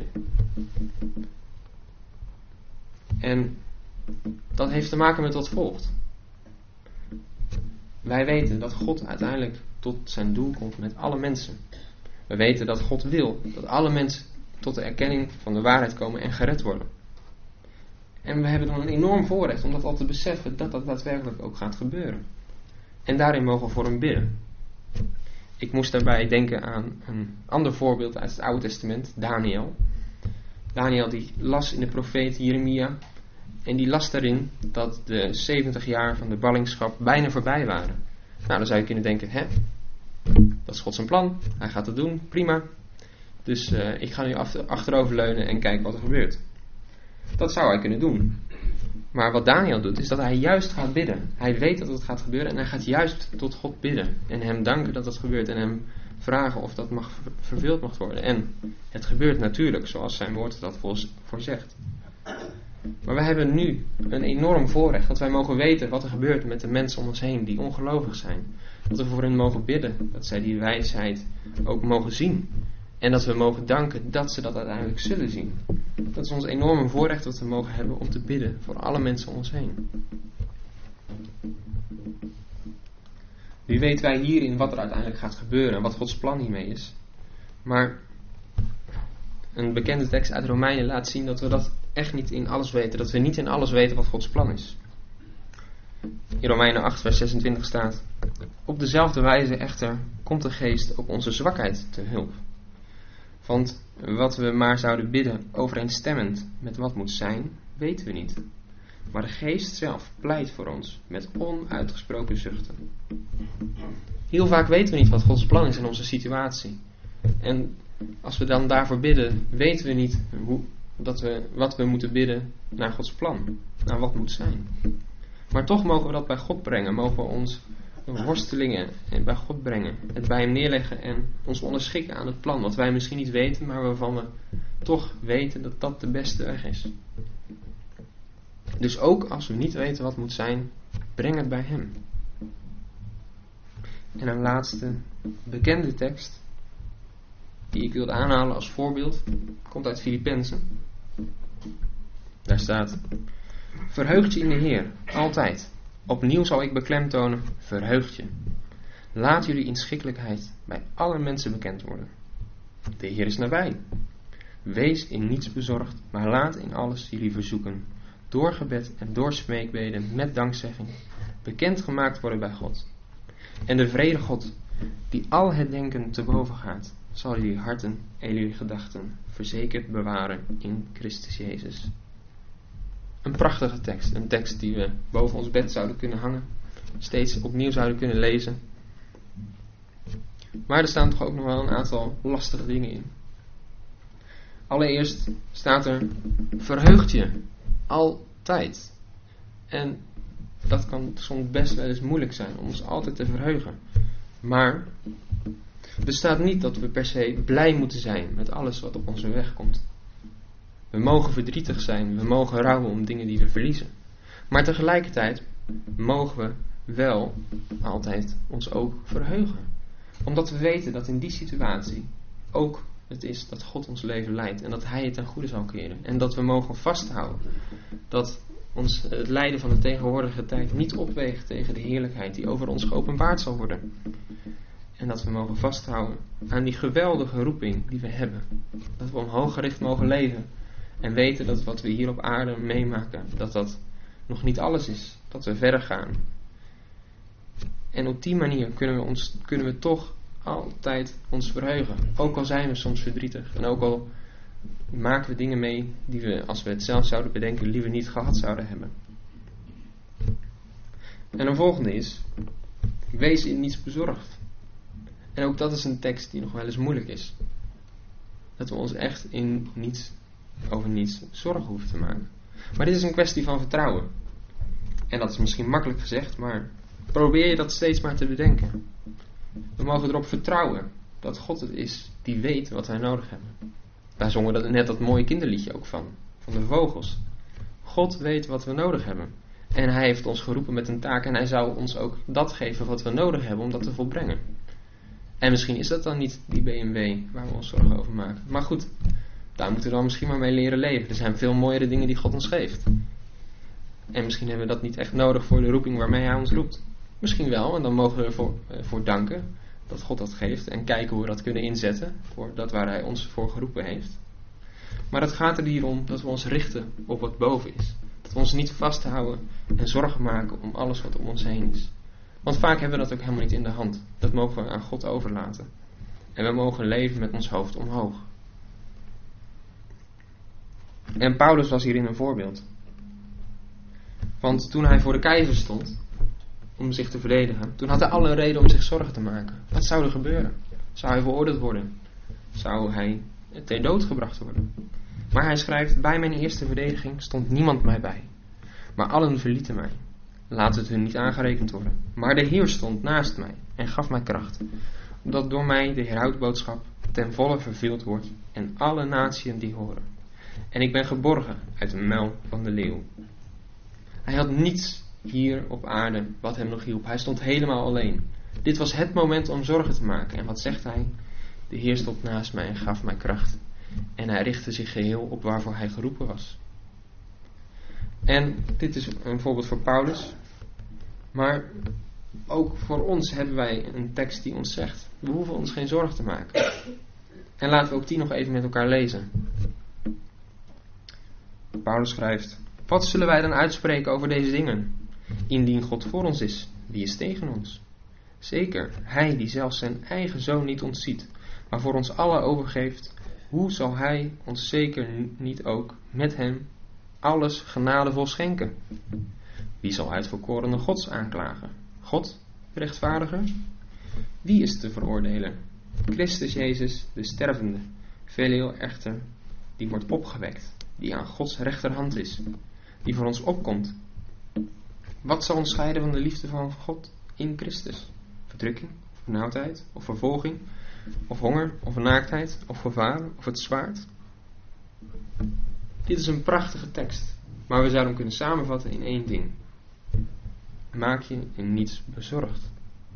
En dat heeft te maken met wat volgt. Wij weten dat God uiteindelijk tot zijn doel komt met alle mensen. We weten dat God wil dat alle mensen tot de erkenning van de waarheid komen en gered worden. En we hebben dan een enorm voorrecht om dat al te beseffen dat dat daadwerkelijk ook gaat gebeuren. En daarin mogen we voor hem bidden. Ik moest daarbij denken aan een ander voorbeeld uit het Oude Testament, Daniel. Daniel die las in de profeet Jeremia en die las daarin dat de 70 jaar van de ballingschap bijna voorbij waren. Nou, dan zou je kunnen denken, dat is God zijn plan, hij gaat het doen, prima. Dus ik ga nu achteroverleunen en kijken wat er gebeurt. Dat zou hij kunnen doen. Maar wat Daniel doet, is dat hij juist gaat bidden. Hij weet dat het gaat gebeuren en hij gaat juist tot God bidden. En hem danken dat het gebeurt en hem vragen of dat vervuld mag worden. En het gebeurt natuurlijk, zoals zijn woord dat voorzegt. Maar we hebben nu een enorm voorrecht dat wij mogen weten wat er gebeurt met de mensen om ons heen die ongelovig zijn. Dat we voor hen mogen bidden, dat zij die wijsheid ook mogen zien. En dat we mogen danken dat ze dat uiteindelijk zullen zien. Dat is ons enorme voorrecht dat we mogen hebben om te bidden voor alle mensen om ons heen. Nu weten wij hierin wat er uiteindelijk gaat gebeuren en wat Gods plan hiermee is. Maar een bekende tekst uit Romeinen laat zien dat we dat echt niet in alles weten. Dat we niet in alles weten wat Gods plan is. In Romeinen 8 vers 26 staat: op dezelfde wijze echter komt de geest ook onze zwakheid te hulp. Want wat we maar zouden bidden overeenstemmend met wat moet zijn, weten we niet. Maar de geest zelf pleit voor ons met onuitgesproken zuchten. Heel vaak weten we niet wat Gods plan is in onze situatie. En als we dan daarvoor bidden, weten we niet wat we moeten bidden naar Gods plan. Naar wat moet zijn. Maar toch mogen we dat bij God brengen. Mogen we ons worstelingen bij God brengen. Het bij hem neerleggen en ons onderschikken aan het plan. Wat wij misschien niet weten, maar waarvan we toch weten dat dat de beste weg is. Dus ook als we niet weten wat moet zijn, breng het bij hem. En een laatste bekende tekst die ik wil aanhalen als voorbeeld komt uit Filippenzen. Daar staat: verheugt je in de Heer, altijd. Opnieuw zal ik beklemtonen, verheugt je. Laat jullie inschikkelijkheid bij alle mensen bekend worden. De Heer is nabij. Wees in niets bezorgd, maar laat in alles jullie verzoeken, door gebed en door smeekbeden met dankzegging, bekendgemaakt worden bij God. En de vrede God, die al het denken te boven gaat, zal hij jullie harten en jullie gedachten verzekerd bewaren in Christus Jezus. Een prachtige tekst. Een tekst die we boven ons bed zouden kunnen hangen. Steeds opnieuw zouden kunnen lezen. Maar er staan toch ook nog wel een aantal lastige dingen in. Allereerst staat er: verheugt je altijd. En dat kan soms best wel eens moeilijk zijn om ons altijd te verheugen. Maar er staat niet dat we per se blij moeten zijn met alles wat op onze weg komt. We mogen verdrietig zijn, we mogen rouwen om dingen die we verliezen. Maar tegelijkertijd mogen we wel altijd ons ook verheugen. Omdat we weten dat in die situatie ook het is dat God ons leven leidt en dat Hij het ten goede zal keren. En dat we mogen vasthouden dat ons het lijden van de tegenwoordige tijd niet opweegt tegen de heerlijkheid die over ons geopenbaard zal worden. En dat we mogen vasthouden aan die geweldige roeping die we hebben. Dat we omhoog gericht mogen leven en weten dat wat we hier op aarde meemaken, dat dat nog niet alles is. Dat we verder gaan. En op die manier kunnen we toch altijd ons verheugen. Ook al zijn we soms verdrietig. En ook al maken we dingen mee die we, als we het zelf zouden bedenken, liever niet gehad zouden hebben. En een volgende is: wees in niets bezorgd. En ook dat is een tekst die nog wel eens moeilijk is. Dat we ons echt over niets zorgen hoeven te maken. Maar dit is een kwestie van vertrouwen. En dat is misschien makkelijk gezegd, maar probeer je dat steeds maar te bedenken. We mogen erop vertrouwen dat God het is die weet wat wij nodig hebben. Wij zongen net dat mooie kinderliedje ook van de vogels. God weet wat we nodig hebben. En Hij heeft ons geroepen met een taak en Hij zou ons ook dat geven wat we nodig hebben om dat te volbrengen. En misschien is dat dan niet die BMW waar we ons zorgen over maken. Maar goed, daar moeten we dan misschien maar mee leren leven. Er zijn veel mooiere dingen die God ons geeft. En misschien hebben we dat niet echt nodig voor de roeping waarmee Hij ons roept. Misschien wel, en dan mogen we ervoor danken dat God dat geeft en kijken hoe we dat kunnen inzetten voor dat waar Hij ons voor geroepen heeft. Maar het gaat er hier om dat we ons richten op wat boven is. Dat we ons niet vasthouden en zorgen maken om alles wat om ons heen is. Want vaak hebben we dat ook helemaal niet in de hand. Dat mogen we aan God overlaten. En we mogen leven met ons hoofd omhoog. En Paulus was hierin een voorbeeld. Want toen hij voor de keizer stond om zich te verdedigen, toen had hij alle reden om zich zorgen te maken. Wat zou er gebeuren? Zou hij veroordeeld worden? Zou hij ter dood gebracht worden? Maar hij schrijft: bij mijn eerste verdediging stond niemand mij bij, maar allen verlieten mij. Laat het hun niet aangerekend worden. Maar de Heer stond naast mij en gaf mij kracht, omdat door mij de heroudboodschap ten volle vervuld wordt en alle natieën die horen. En ik ben geborgen uit de muil van de leeuw. Hij had niets hier op aarde wat hem nog hielp. Hij stond helemaal alleen. Dit was het moment om zorgen te maken. En wat zegt hij? De Heer stond naast mij en gaf mij kracht. En hij richtte zich geheel op waarvoor hij geroepen was. En dit is een voorbeeld voor Paulus. Maar ook voor ons hebben wij een tekst die ons zegt: we hoeven ons geen zorgen te maken. En laten we ook die nog even met elkaar lezen. Paulus schrijft: wat zullen wij dan uitspreken over deze dingen? Indien God voor ons is, wie is tegen ons? Zeker, Hij die zelfs zijn eigen zoon niet ontziet, maar voor ons allen overgeeft, hoe zal Hij ons zeker niet ook met hem alles genadevol schenken? Wie zal uitverkorene Gods aanklagen? God, de rechtvaardiger? Wie is te veroordelen? Christus Jezus, de stervende, veelal echter, die wordt opgewekt, die aan Gods rechterhand is, die voor ons opkomt. Wat zal ons scheiden van de liefde van God in Christus? Verdrukking, of benauwdheid, of vervolging, of honger, of naaktheid, of gevaar, of het zwaard? Dit is een prachtige tekst, maar we zouden hem kunnen samenvatten in één ding. Maak je in niets bezorgd.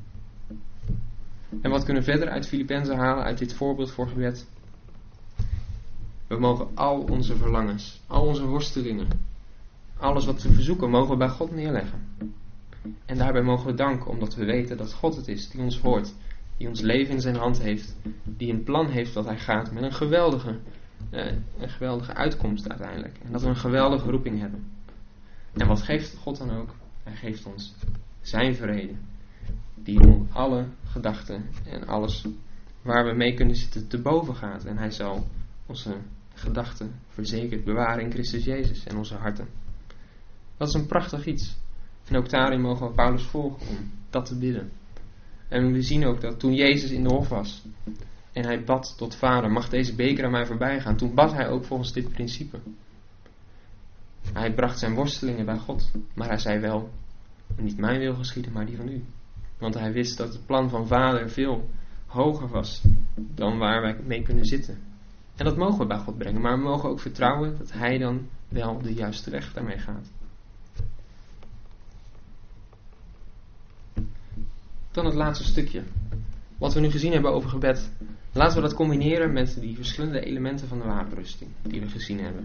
En wat kunnen we verder uit Filippenzen halen, uit dit voorbeeld voor gebed? We mogen al onze verlangens, al onze worstelingen, alles wat we verzoeken, mogen we bij God neerleggen. En daarbij mogen we danken, omdat we weten dat God het is die ons hoort, die ons leven in zijn hand heeft, die een plan heeft dat hij gaat met een geweldige uitkomst uiteindelijk. En dat we een geweldige roeping hebben. En wat geeft God dan ook? Hij geeft ons zijn vrede, die alle gedachten en alles waar we mee kunnen zitten te boven gaat. En hij zal onze gedachten verzekerd bewaren in Christus Jezus en onze harten. Dat is een prachtig iets. En ook daarin mogen we Paulus volgen om dat te bidden. En we zien ook dat toen Jezus in de hof was en hij bad tot Vader, mag deze beker aan mij voorbij gaan. Toen bad hij ook volgens dit principe. Hij bracht zijn worstelingen bij God, maar hij zei wel, niet mijn wil geschieden, maar die van u. Want hij wist dat het plan van Vader veel hoger was dan waar wij mee kunnen zitten. En dat mogen we bij God brengen, maar we mogen ook vertrouwen dat hij dan wel de juiste weg daarmee gaat. Dan het laatste stukje. Wat we nu gezien hebben over gebed. Laten we dat combineren met die verschillende elementen van de wapenrusting die we gezien hebben.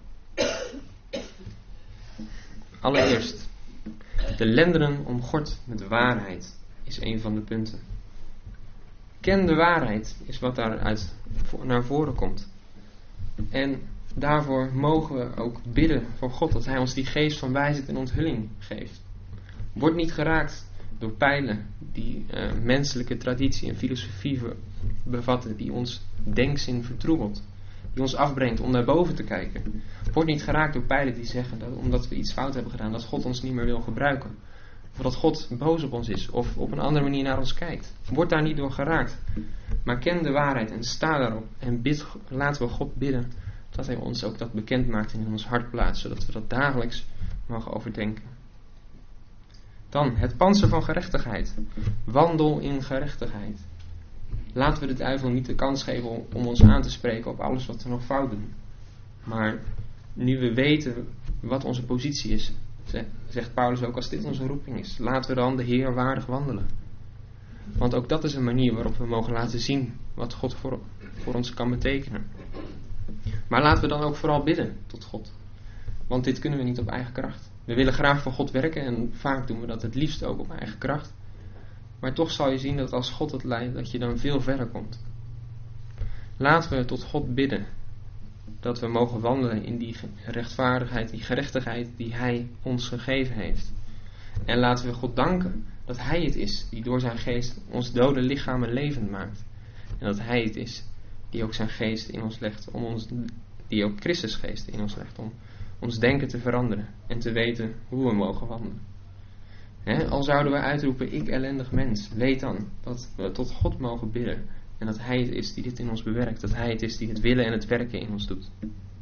Allereerst, de lendenen omgord met waarheid is een van de punten. Ken de waarheid is wat daaruit naar voren komt. En daarvoor mogen we ook bidden voor God dat hij ons die geest van wijsheid en onthulling geeft. Word niet geraakt door pijlen die menselijke traditie en filosofie bevatten, die ons denkzin vertroebelt, die ons afbrengt om naar boven te kijken. Word niet geraakt door pijlen die zeggen dat omdat we iets fout hebben gedaan, dat God ons niet meer wil gebruiken. Of dat God boos op ons is, of op een andere manier naar ons kijkt. Word daar niet door geraakt. Maar ken de waarheid en sta daarop. En laten we God bidden dat hij ons ook dat bekend maakt en in ons hart plaatst, zodat we dat dagelijks mogen overdenken. Dan het pantser van gerechtigheid. Wandel in gerechtigheid. Laten we de duivel niet de kans geven om ons aan te spreken op alles wat we nog fout doen. Maar nu we weten wat onze positie is, zegt Paulus ook, als dit onze roeping is, laten we dan de Heer waardig wandelen. Want ook dat is een manier waarop we mogen laten zien wat God voor ons kan betekenen. Maar laten we dan ook vooral bidden tot God. Want dit kunnen we niet op eigen kracht. We willen graag voor God werken en vaak doen we dat het liefst ook op eigen kracht. Maar toch zal je zien dat als God het leidt, dat je dan veel verder komt. Laten we tot God bidden. Dat we mogen wandelen in die rechtvaardigheid, die gerechtigheid die Hij ons gegeven heeft. En laten we God danken dat Hij het is die door zijn geest ons dode lichamen levend maakt. En dat Hij het is die ook zijn geest in ons legt, die ook Christus geest in ons legt, om ons denken te veranderen en te weten hoe we mogen wandelen. Al zouden we uitroepen, ik ellendig mens, weet dan dat we tot God mogen bidden. En dat Hij het is die dit in ons bewerkt. Dat Hij het is die het willen en het werken in ons doet.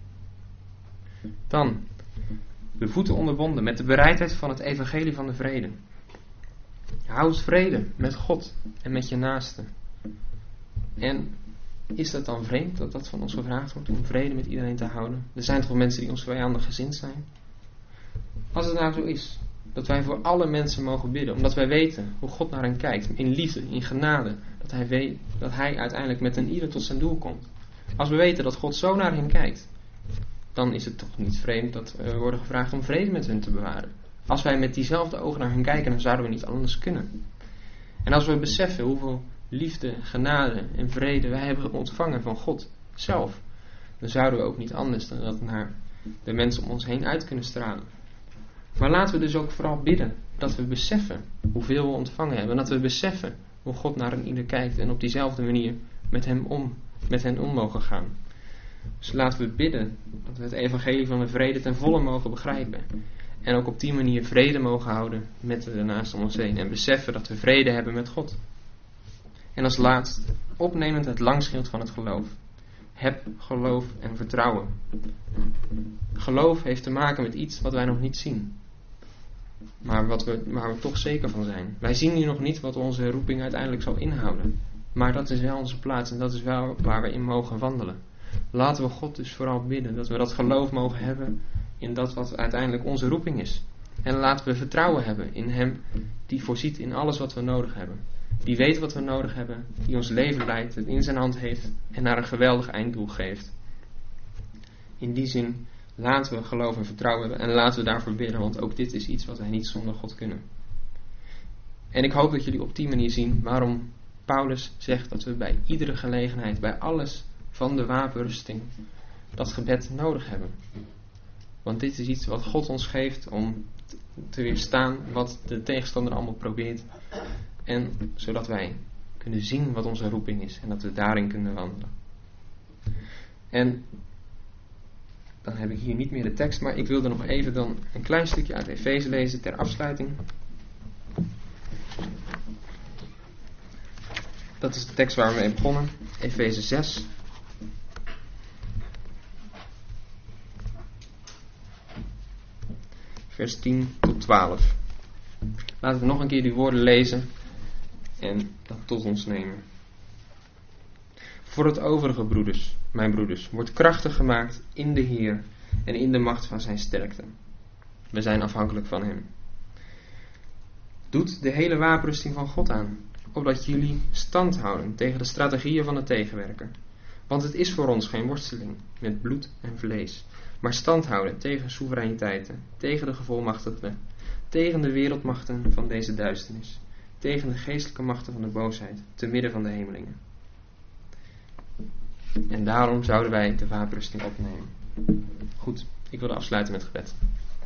Dan, de voeten onderbonden met de bereidheid van het evangelie van de vrede. Houd vrede met God en met je naaste. En is dat dan vreemd dat dat van ons gevraagd wordt om vrede met iedereen te houden? Er zijn toch wel mensen die ons vijandig gezind zijn? Als het nou zo is, dat wij voor alle mensen mogen bidden, omdat wij weten hoe God naar hen kijkt, in liefde, in genade, dat hij uiteindelijk met een ieder tot zijn doel komt. Als we weten dat God zo naar hen kijkt, dan is het toch niet vreemd dat we worden gevraagd om vrede met hen te bewaren. Als wij met diezelfde ogen naar hen kijken, dan zouden we niet anders kunnen. En als we beseffen hoeveel liefde, genade en vrede wij hebben ontvangen van God zelf, dan zouden we ook niet anders dan dat naar de mensen om ons heen uit kunnen stralen. Maar laten we dus ook vooral bidden dat we beseffen hoeveel we ontvangen hebben. En dat we beseffen hoe God naar een ieder kijkt en op diezelfde manier met hen om mogen gaan. Dus laten we bidden dat we het evangelie van de vrede ten volle mogen begrijpen. En ook op die manier vrede mogen houden met de naasten om ons heen. En beseffen dat we vrede hebben met God. En als laatst, opnemend het langschild van het geloof. Heb geloof en vertrouwen. Geloof heeft te maken met iets wat wij nog niet zien. Maar waar we toch zeker van zijn. Wij zien nu nog niet wat onze roeping uiteindelijk zal inhouden. Maar dat is wel onze plaats en dat is wel waar we in mogen wandelen. Laten we God dus vooral bidden dat we dat geloof mogen hebben in dat wat uiteindelijk onze roeping is. En laten we vertrouwen hebben in Hem die voorziet in alles wat we nodig hebben. Die weet wat we nodig hebben, die ons leven leidt, het in zijn hand heeft en naar een geweldig einddoel geeft. In die zin, laten we geloof en vertrouwen hebben en laten we daarvoor bidden, want ook dit is iets wat wij niet zonder God kunnen. En ik hoop dat jullie op die manier zien waarom Paulus zegt dat we bij iedere gelegenheid, bij alles van de wapenrusting, dat gebed nodig hebben. Want dit is iets wat God ons geeft om te weerstaan wat de tegenstander allemaal probeert. En zodat wij kunnen zien wat onze roeping is en dat we daarin kunnen wandelen. En dan heb ik hier niet meer de tekst, maar ik wilde nog even dan een klein stukje uit Efeze lezen ter afsluiting. Dat is de tekst waar we mee begonnen, Efeze 6. Vers 10 tot 12. Laten we nog een keer die woorden lezen en dat tot ons nemen. Voor het overige, broeders, mijn broeders, wordt krachtig gemaakt in de Heer en in de macht van zijn sterkte. We zijn afhankelijk van hem. Doet de hele wapenrusting van God aan, opdat jullie stand houden tegen de strategieën van de tegenwerker. Want het is voor ons geen worsteling met bloed en vlees, maar stand houden tegen soevereiniteiten, tegen de gevolmachtigden, tegen de wereldmachten van deze duisternis, tegen de geestelijke machten van de boosheid, te midden van de hemelingen. En daarom zouden wij de wapenrusting opnemen. Goed, ik wil afsluiten met gebed.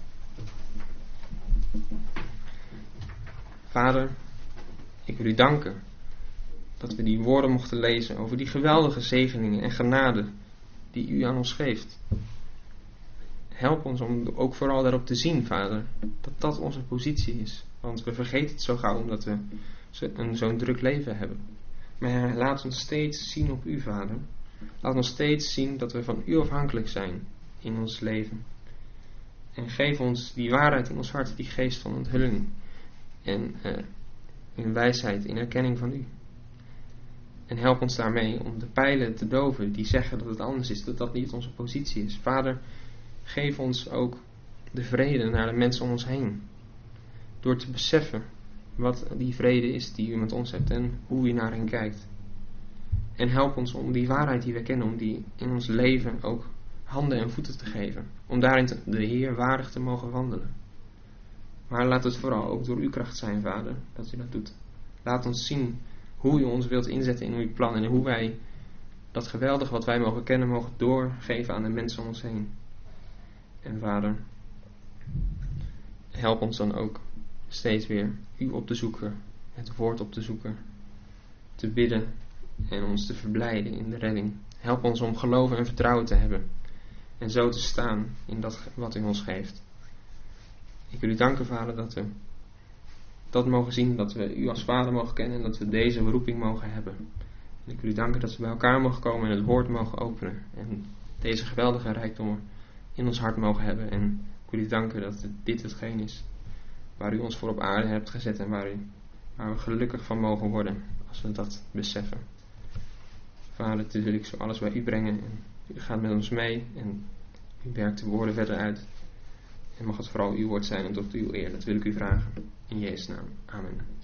Vader, ik wil u danken dat we die woorden mochten lezen over die geweldige zegeningen en genade die u aan ons geeft. Help ons om ook vooral daarop te zien, Vader, dat dat onze positie is. Want we vergeten het zo gauw omdat we zo'n druk leven hebben. Maar laat ons steeds zien op u, Vader. Laat ons steeds zien dat we van u afhankelijk zijn in ons leven. En geef ons die waarheid in ons hart, die geest van onthulling. En in wijsheid, in erkenning van u. En help ons daarmee om de pijlen te doven die zeggen dat het anders is, dat dat niet onze positie is. Vader, geef ons ook de vrede naar de mensen om ons heen. Door te beseffen wat die vrede is die u met ons hebt en hoe u naar hen kijkt. En help ons om die waarheid die we kennen, om die in ons leven ook handen en voeten te geven. Om daarin de Heer waardig te mogen wandelen. Maar laat het vooral ook door uw kracht zijn, Vader, dat u dat doet. Laat ons zien hoe u ons wilt inzetten in uw plan en hoe wij dat geweldige wat wij mogen kennen, mogen doorgeven aan de mensen om ons heen. En Vader, help ons dan ook steeds weer u op te zoeken, het woord op te zoeken, te bidden en ons te verblijden in de redding. Help ons om geloven en vertrouwen te hebben en zo te staan in dat wat u ons geeft. Ik wil u danken, Vader, dat we dat mogen zien, dat we u als Vader mogen kennen en dat we deze beroeping mogen hebben. En ik wil u danken dat we bij elkaar mogen komen en het woord mogen openen en deze geweldige rijkdommen in ons hart mogen hebben. En ik wil u danken dat dit hetgeen is waar u ons voor op aarde hebt gezet en waar we gelukkig van mogen worden als we dat beseffen. Vader, dit wil ik zo alles bij u brengen en u gaat met ons mee en u werkt de woorden verder uit. En mag het vooral uw woord zijn en tot uw eer. Dat wil ik u vragen. In Jezus' naam. Amen.